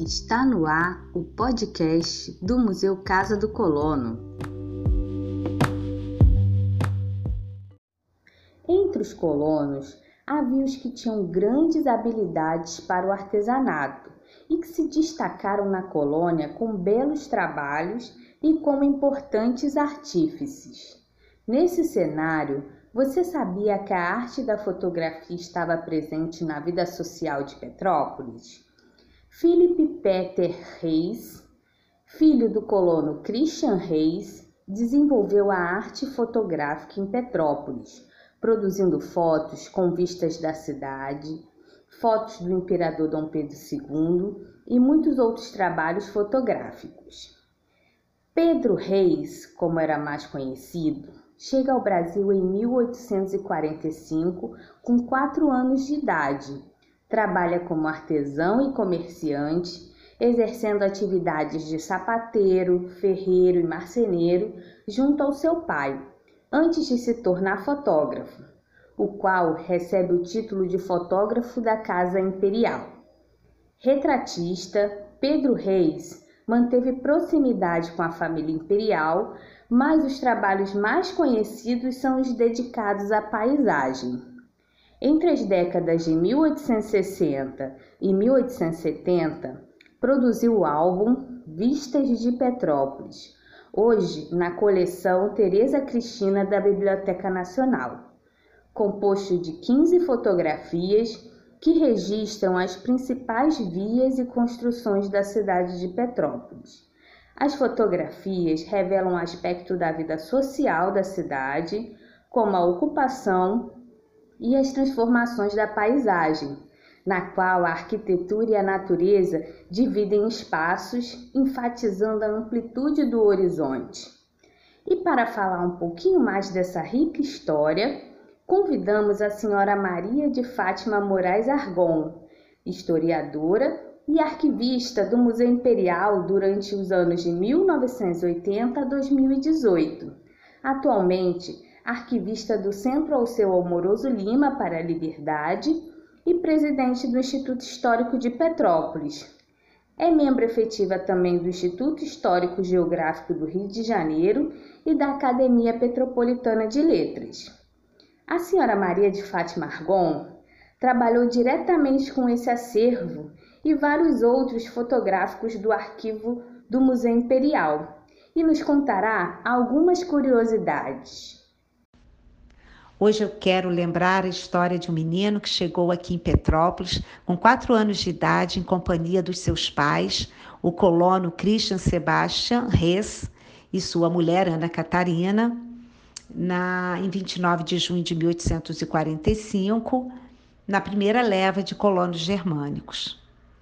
Está no ar o podcast do Museu Casa do Colono. Entre os colonos, havia os que tinham grandes habilidades para o artesanato e que se destacaram na colônia com belos trabalhos e como importantes artífices. Nesse cenário, você sabia que a arte da fotografia estava presente na vida social de Petrópolis? Philip Peter Reis, filho do colono Christian Reis, desenvolveu a arte fotográfica em Petrópolis, produzindo fotos com vistas da cidade, fotos do imperador Dom Pedro II e muitos outros trabalhos fotográficos. Pedro Reis, como era mais conhecido, chega ao Brasil em 1845 com 4 anos de idade. Trabalha como artesão e comerciante, exercendo atividades de sapateiro, ferreiro e marceneiro junto ao seu pai, antes de se tornar fotógrafo, o qual recebe o título de fotógrafo da Casa Imperial. Retratista, Pedro Reis manteve proximidade com a família imperial, mas os trabalhos mais conhecidos são os dedicados à paisagem. Entre as décadas de 1860 e 1870, produziu o álbum Vistas de Petrópolis, hoje na coleção Teresa Cristina da Biblioteca Nacional, composto de 15 fotografias que registram as principais vias e construções da cidade de Petrópolis. As fotografias revelam um aspecto da vida social da cidade, como a ocupação e as transformações da paisagem, na qual a arquitetura e a natureza dividem espaços, enfatizando a amplitude do horizonte. E para falar um pouquinho mais dessa rica história, convidamos a senhora Maria de Fátima Moraes Argon, historiadora e arquivista do Museu Imperial durante os anos de 1980 a 2018. Atualmente, arquivista do Centro Alceu Amoroso Lima para a Liberdade e presidente do Instituto Histórico de Petrópolis. É membro efetiva também do Instituto Histórico Geográfico do Rio de Janeiro e da Academia Petropolitana de Letras. A senhora Maria de Fátima Argon trabalhou diretamente com esse acervo e vários outros fotográficos do arquivo do Museu Imperial e nos contará algumas curiosidades. Hoje eu quero lembrar a história de um menino que chegou aqui em Petrópolis com 4 anos de idade em companhia dos seus pais, o colono Christian Sebastian Reis e sua mulher Ana Catarina, em 29 de junho de 1845, na primeira leva de colonos germânicos.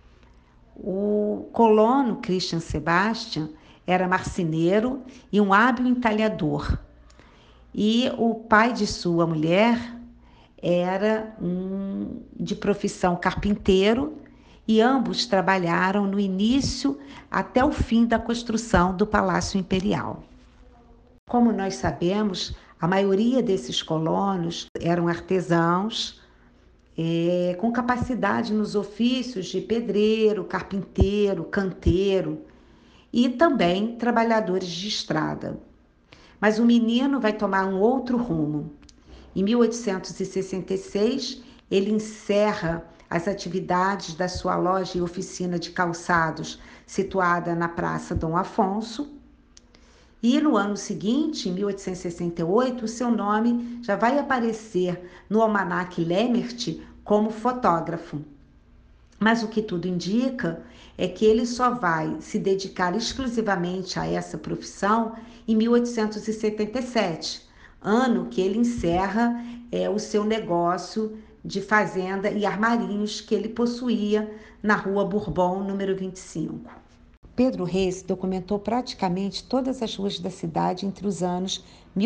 O colono Christian Sebastian era marceneiro e um hábil entalhador. E o pai de sua mulher era de profissão carpinteiro e ambos trabalharam no início até o fim da construção do Palácio Imperial. Como nós sabemos, a maioria desses colonos eram artesãos com capacidade nos ofícios de pedreiro, carpinteiro, canteiro e também trabalhadores de estrada. Mas o menino vai tomar um outro rumo. Em 1866, ele encerra as atividades da sua loja e oficina de calçados, situada na Praça Dom Afonso. E no ano seguinte, em 1868, o seu nome já vai aparecer no Almanac Lemmert como fotógrafo. Mas o que tudo indica é que ele só vai se dedicar exclusivamente a essa profissão em 1877, ano que ele encerra o seu negócio de fazenda e armarinhos que ele possuía na Rua Bourbon, número 25. Pedro Reis documentou praticamente todas as ruas da cidade entre os anos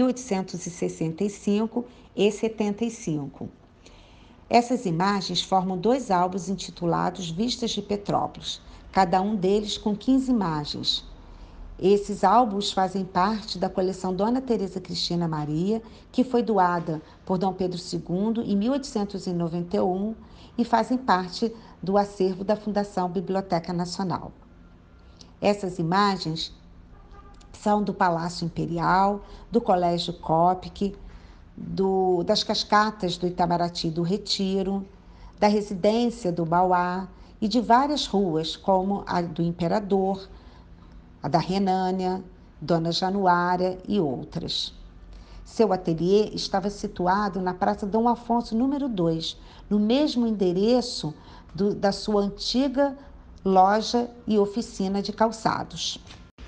1865 e 75. Essas imagens formam 2 álbuns intitulados Vistas de Petrópolis, cada um deles com 15 imagens. Esses álbuns fazem parte da coleção Dona Teresa Cristina Maria, que foi doada por Dom Pedro II em 1891 e fazem parte do acervo da Fundação Biblioteca Nacional. Essas imagens são do Palácio Imperial, do Colégio Coppic, das cascatas do Itamaraty do Retiro, da residência do Mauá e de várias ruas, como a do Imperador, a da Renânia, Dona Januária e outras. Seu ateliê estava situado na Praça Dom Afonso, número 2, no mesmo endereço da sua antiga loja e oficina de calçados.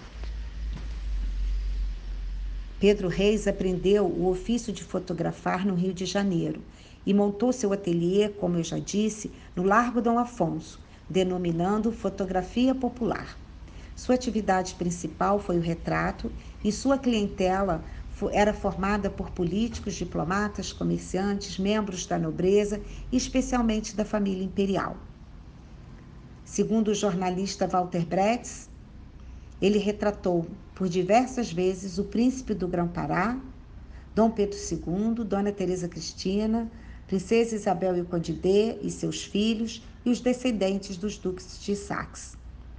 Pedro Reis aprendeu o ofício de fotografar no Rio de Janeiro e montou seu ateliê, como eu já disse, no Largo Dom Afonso, denominando Fotografia Popular. Sua atividade principal foi o retrato e sua clientela era formada por políticos, diplomatas, comerciantes, membros da nobreza e especialmente da família imperial. Segundo o jornalista Walter Bretz, ele retratou por diversas vezes o príncipe do Grão-Pará, Dom Pedro II, Dona Teresa Cristina, Princesa Isabel e o Conde D e seus filhos e os descendentes dos duques de Saxe.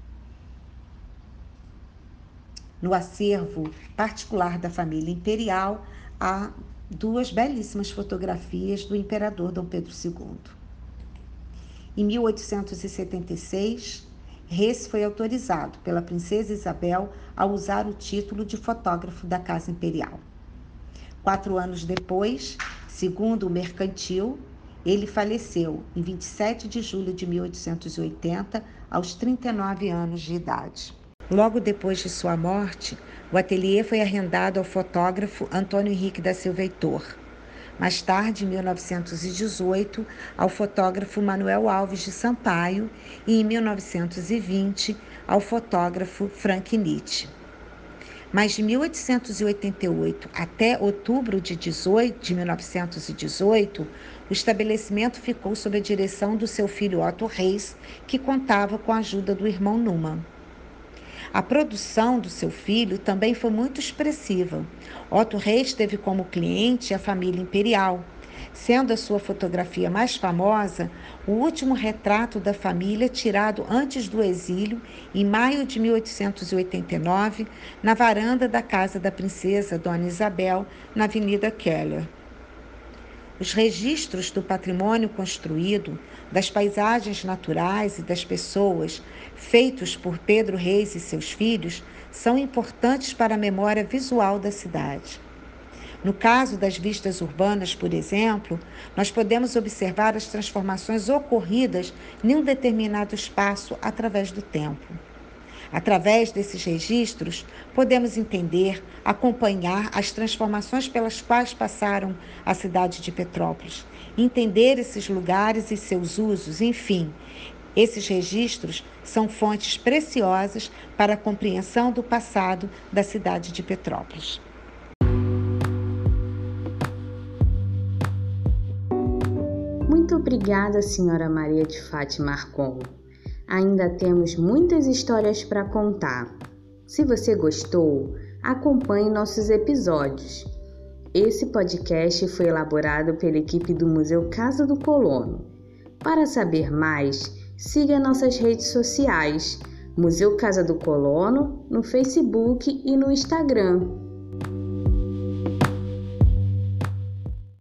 No acervo particular da família imperial, há 2 belíssimas fotografias do imperador Dom Pedro II. Em 1876, Reis foi autorizado pela princesa Isabel a usar o título de fotógrafo da Casa Imperial. 4 anos depois, segundo o Mercantil, ele faleceu em 27 de julho de 1880, aos 39 anos de idade. Logo depois de sua morte, o ateliê foi arrendado ao fotógrafo Antônio Henrique da Silva Heitor. Mais tarde, em 1918, ao fotógrafo Manuel Alves de Sampaio e, em 1920, ao fotógrafo Frank Nietzsche. Mas de 1888 até outubro de 1918, o estabelecimento ficou sob a direção do seu filho Otto Reis, que contava com a ajuda do irmão Numan. A produção do seu filho também foi muito expressiva. Otto Reis teve como cliente a família imperial, sendo a sua fotografia mais famosa o último retrato da família tirado antes do exílio, em maio de 1889, na varanda da casa da princesa Dona Isabel, na Avenida Keller. Os registros do patrimônio construído, das paisagens naturais e das pessoas, feitos por Pedro Reis e seus filhos, são importantes para a memória visual da cidade. No caso das vistas urbanas, por exemplo, nós podemos observar as transformações ocorridas em um determinado espaço através do tempo. Através desses registros, podemos entender, acompanhar as transformações pelas quais passaram a cidade de Petrópolis, entender esses lugares e seus usos, enfim. Esses registros são fontes preciosas para a compreensão do passado da cidade de Petrópolis. Muito obrigada, Senhora Maria de Fátima Arcon. Ainda temos muitas histórias para contar. Se você gostou, acompanhe nossos episódios. Esse podcast foi elaborado pela equipe do Museu Casa do Colono. Para saber mais, siga nossas redes sociais, Museu Casa do Colono, no Facebook e no Instagram.